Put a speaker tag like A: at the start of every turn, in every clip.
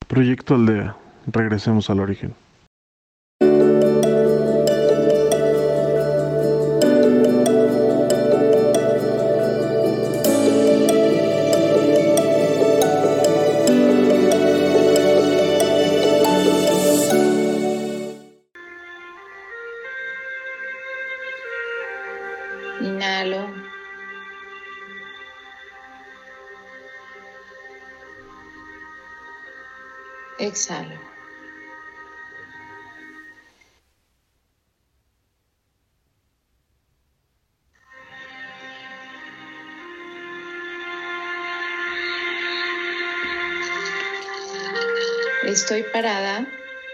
A: Proyecto Aldea. Regresemos al origen.
B: Inhalo. Exhalo. Estoy parada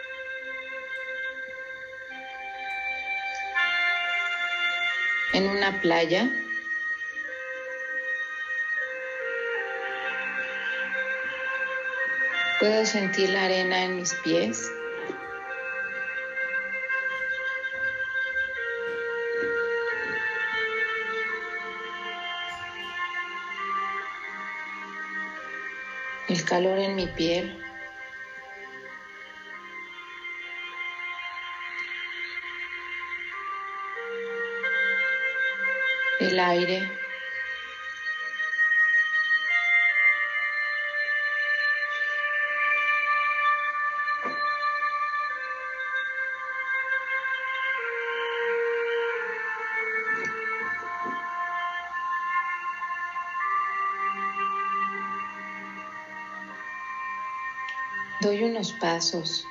B: en una playa. Puedo sentir la arena en mis pies. El calor en mi piel. El aire. Doy unos pasos.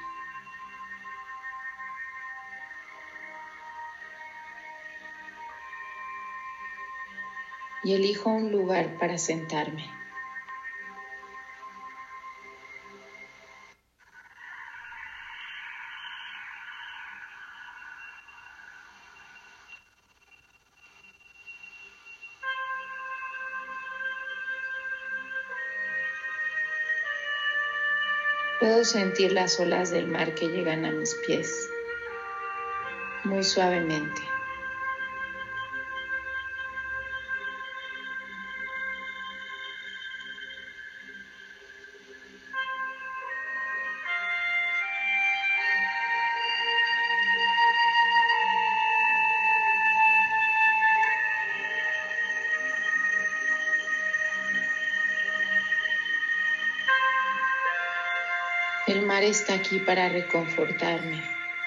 B: Y elijo un lugar para sentarme. Puedo sentir las olas del mar que llegan a mis pies, muy suavemente. El mar está aquí para reconfortarme.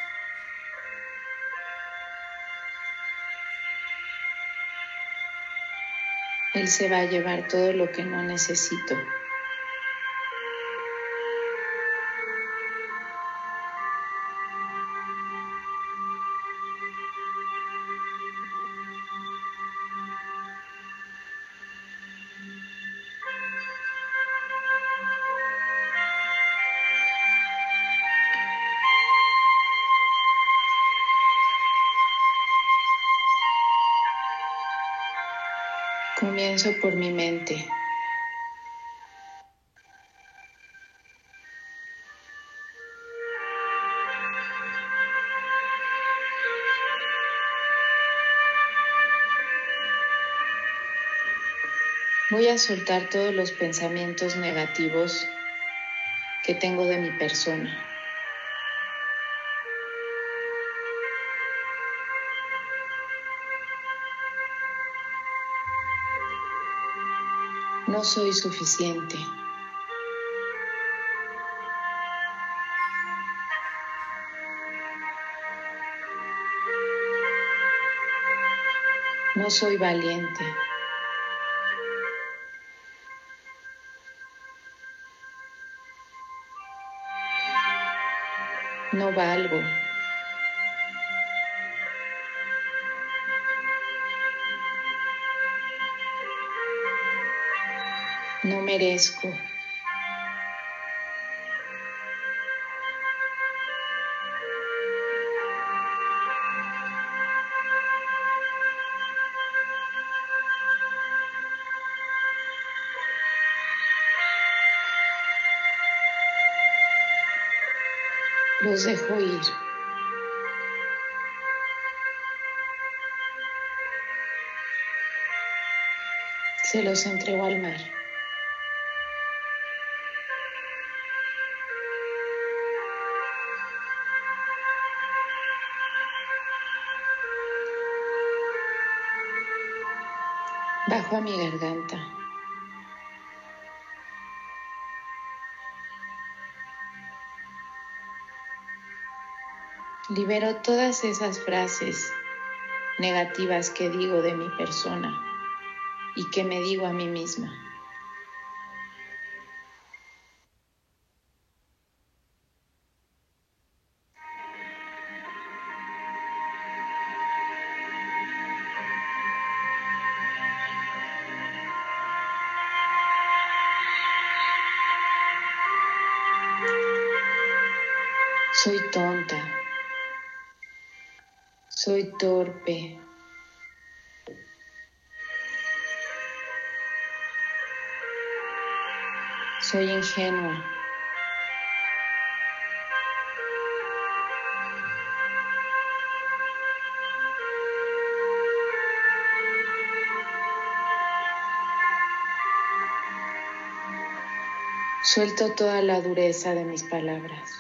B: Él se va a llevar todo lo que no necesito. Comienzo por mi mente. Voy a soltar todos los pensamientos negativos que tengo de mi persona. No soy suficiente. No soy valiente. No valgo. No merezco. Los dejo ir. Se los entrego al mar. Bajo a mi garganta. Libero todas esas frases negativas que digo de mi persona y que me digo a mí misma. Soy tonta. Soy torpe. Soy ingenua. Suelto toda la dureza de mis palabras.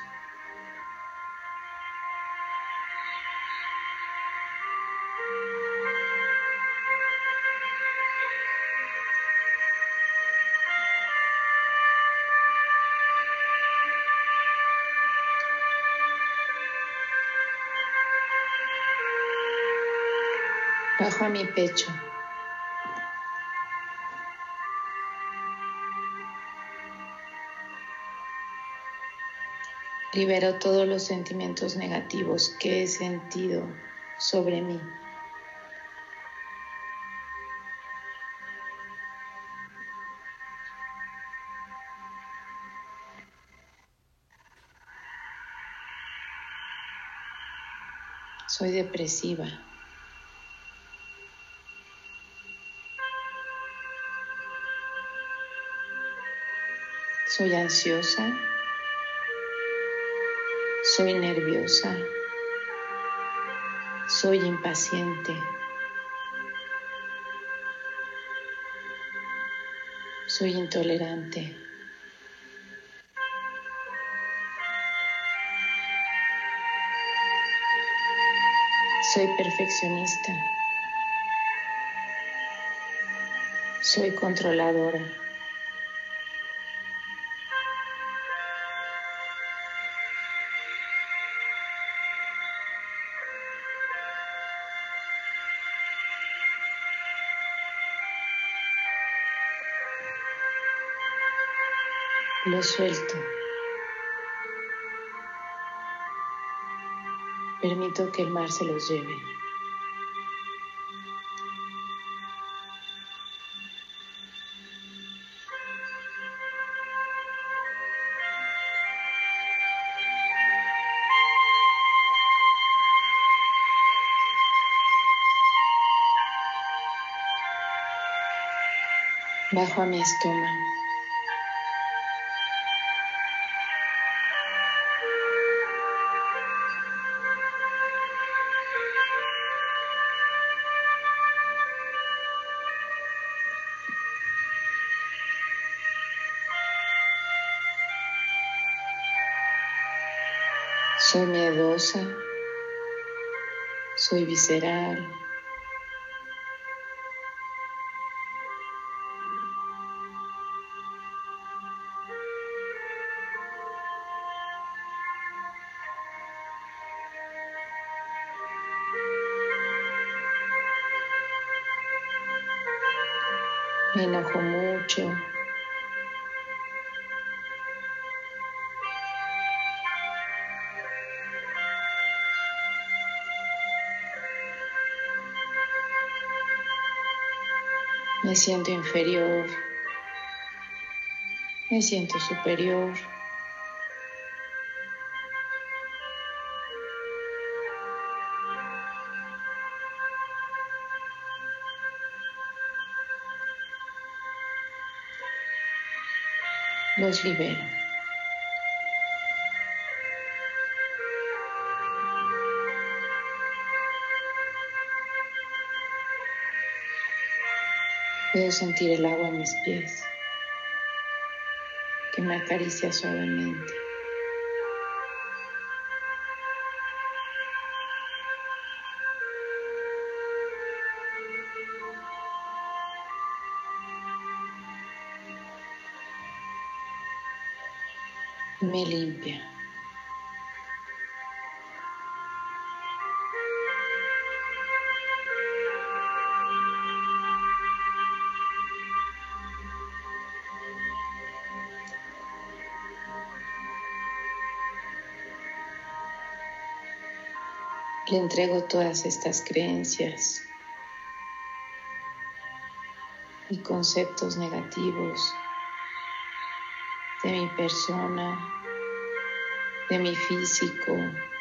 B: Bajo a mi pecho. Libero todos los sentimientos negativos que he sentido sobre mí. Soy depresiva. Soy ansiosa. Soy nerviosa. Soy impaciente. Soy intolerante. Soy perfeccionista. Soy controladora. Lo suelto. Permito que el mar se los lleve. Bajo a mi estómago. Soy miedosa. Soy visceral. Me enojo mucho. Me siento inferior. Me siento superior. Los libero. Puedo sentir el agua en mis pies, que me acaricia suavemente. me limpia. Le entrego todas estas creencias y conceptos negativos de mi persona, de mi físico,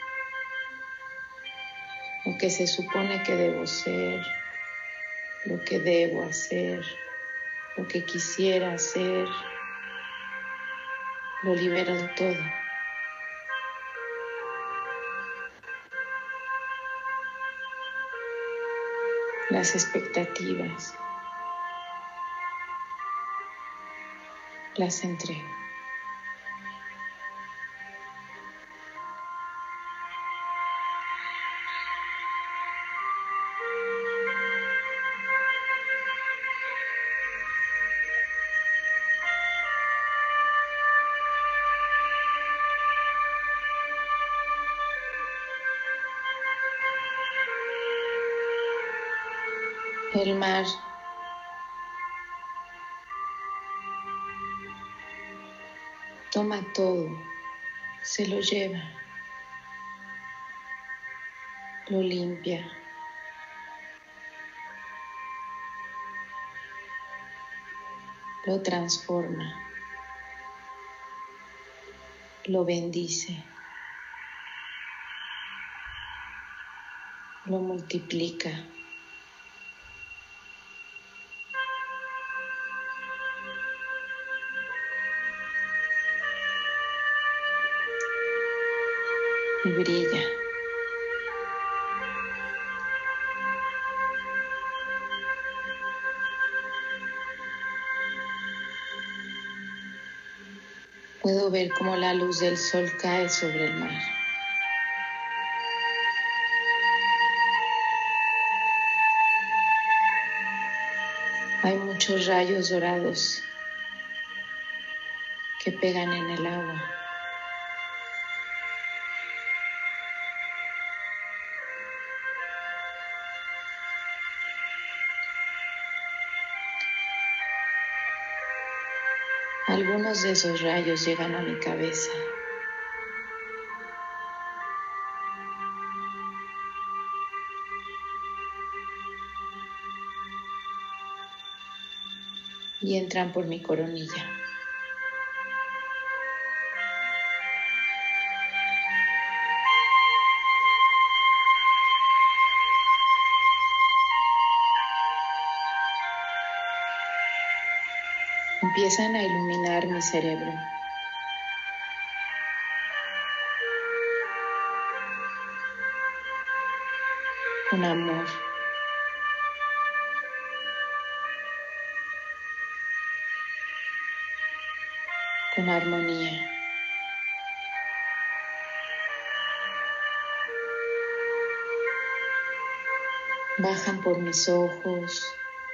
B: lo que se supone que debo ser, lo que debo hacer, lo que quisiera hacer, lo libero de todo. Las expectativas las entrego. El mar toma todo, se lo lleva, lo limpia, lo transforma, lo bendice, lo multiplica. Y brilla. Puedo ver cómo la luz del sol cae sobre el mar. Hay muchos rayos dorados que pegan en el agua. Algunos de esos rayos llegan a mi cabeza. Y entran por mi coronilla. Empiezan a iluminar mi cerebro. Con amor. Con armonía. Bajan por mis ojos,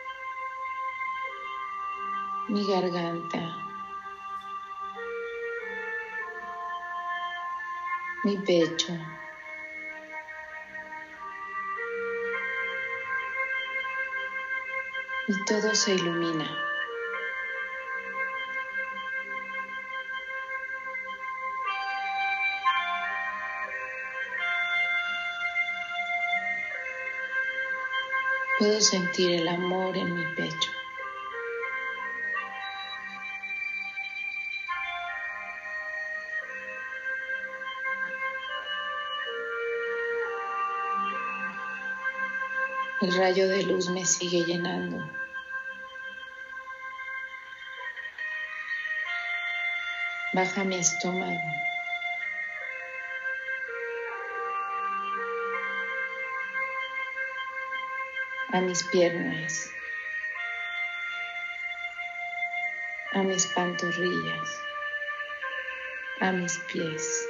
B: mi garganta, mi pecho, y todo se ilumina. Puedo sentir el amor en mi pecho. El rayo de luz me sigue llenando. Baja mi estómago. A mis piernas. A mis pantorrillas. A mis pies.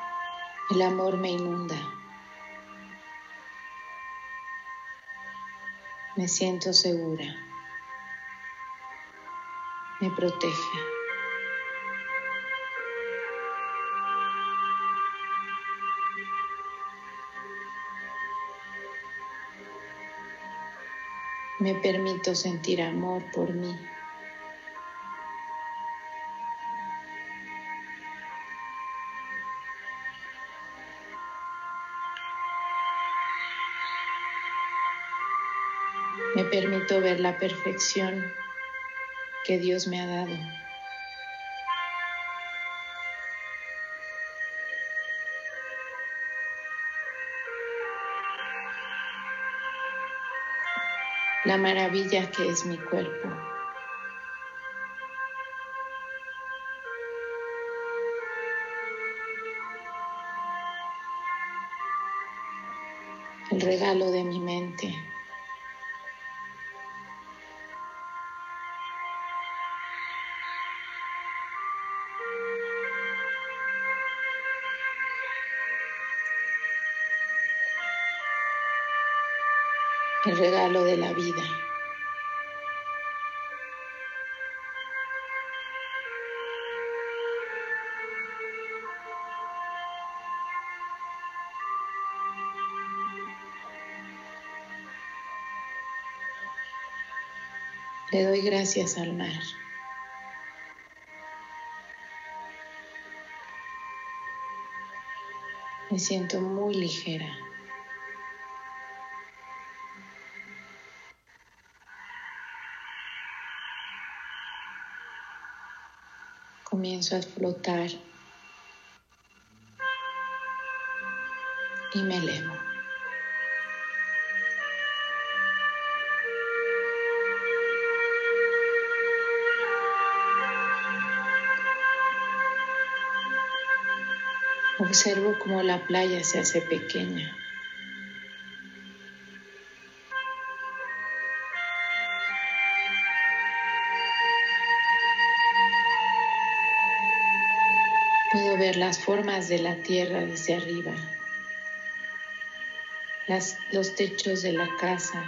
B: El amor me inunda. Me siento segura. Me protege. Me permito sentir amor por mí. Me permito ver la perfección que Dios me ha dado. La maravilla que es mi cuerpo. El regalo de mi mente. El regalo de la vida. Le doy gracias al mar. Me siento muy ligera. Comienzo a flotar y me elevo. Observo cómo la playa se hace pequeña. Puedo ver las formas de la tierra desde arriba, los techos de la casa,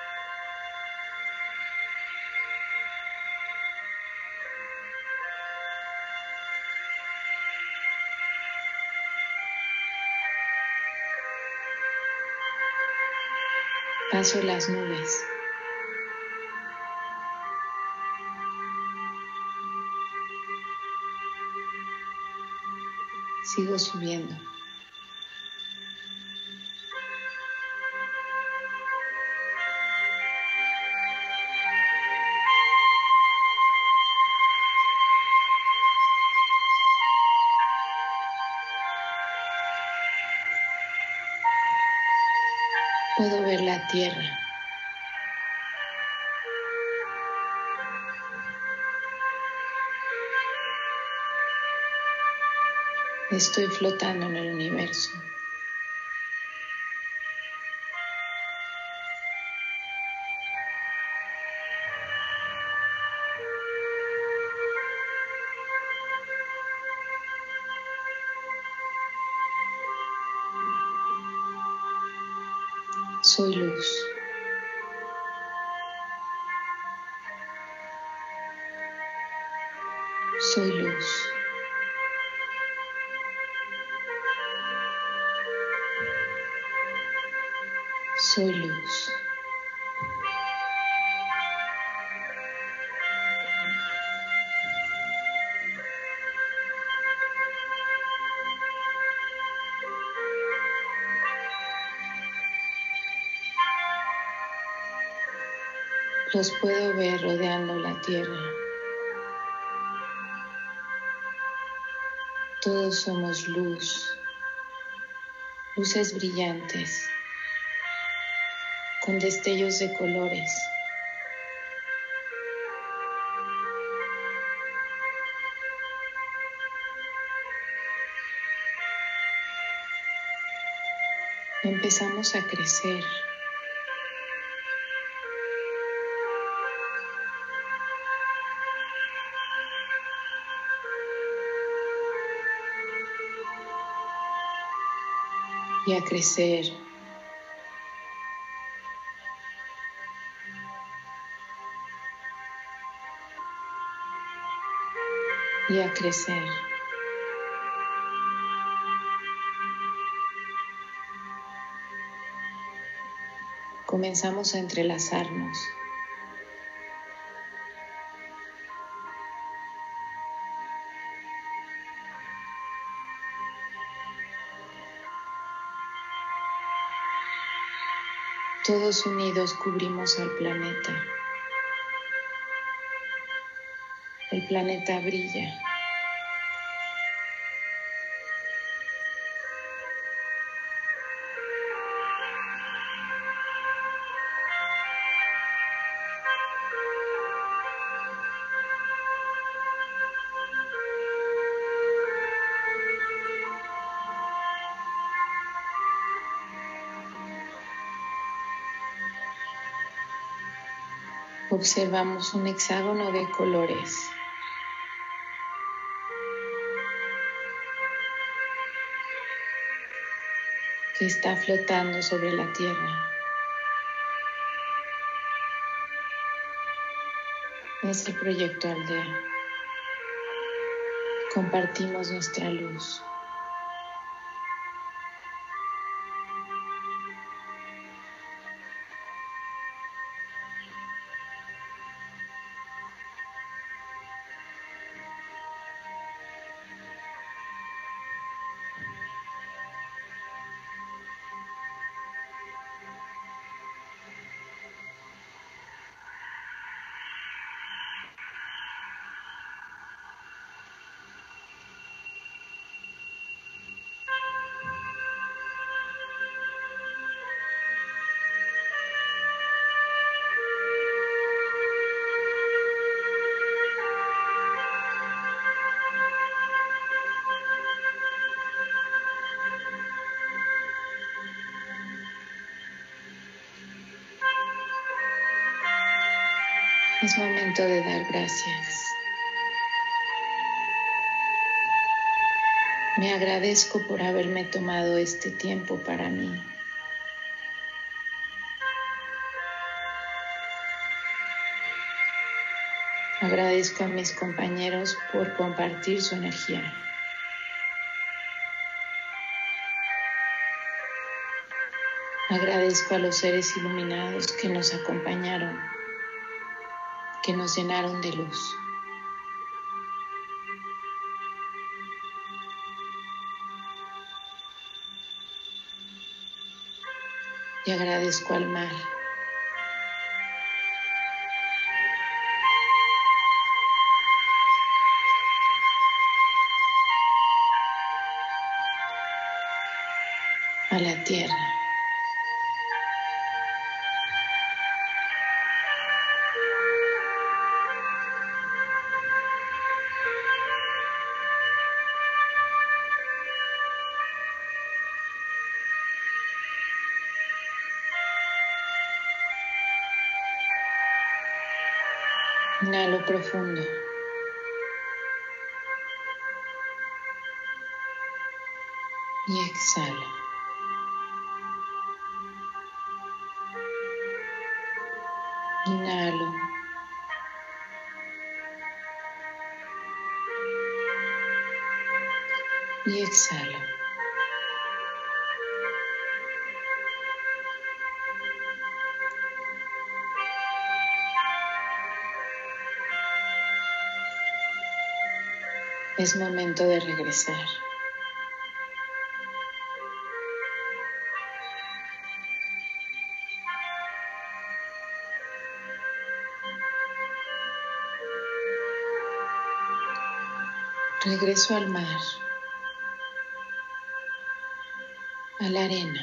B: paso las nubes. Sigo subiendo. Puedo ver la tierra. Estoy flotando en el universo. Soy luz. Soy luz. Soy luz. Los puedo ver rodeando la tierra. Todos somos luz, luces brillantes, con destellos de colores. Empezamos a crecer. Y a crecer y a crecer. Comenzamos a entrelazarnos. Todos unidos cubrimos al planeta. El planeta brilla. Observamos un hexágono de colores. Que está flotando sobre la tierra. Es el proyecto Aldea. Compartimos nuestra luz. Es momento de dar gracias. Me agradezco por haberme tomado este tiempo para mí. Agradezco a mis compañeros por compartir su energía. Agradezco a los seres iluminados que nos acompañaron, que nos llenaron de luz. Y agradezco al mar, a la tierra, inhalo profundo. Y exhalo. Inhalo. Y exhalo. Es momento de regresar. Regreso al mar, a la arena.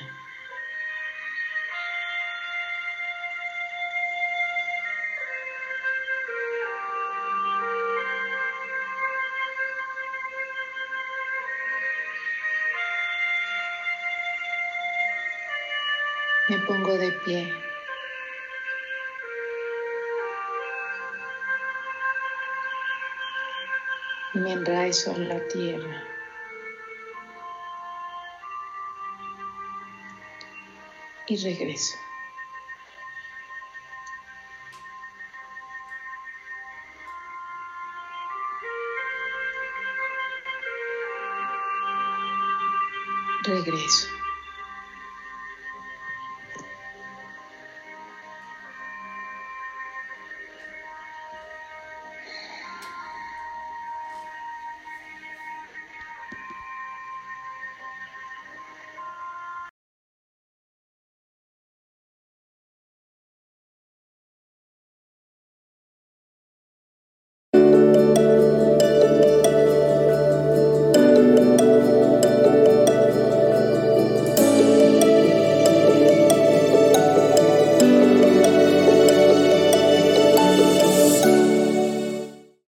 B: Me pongo de pie. Y me enraizo a la tierra. Y regreso. regreso.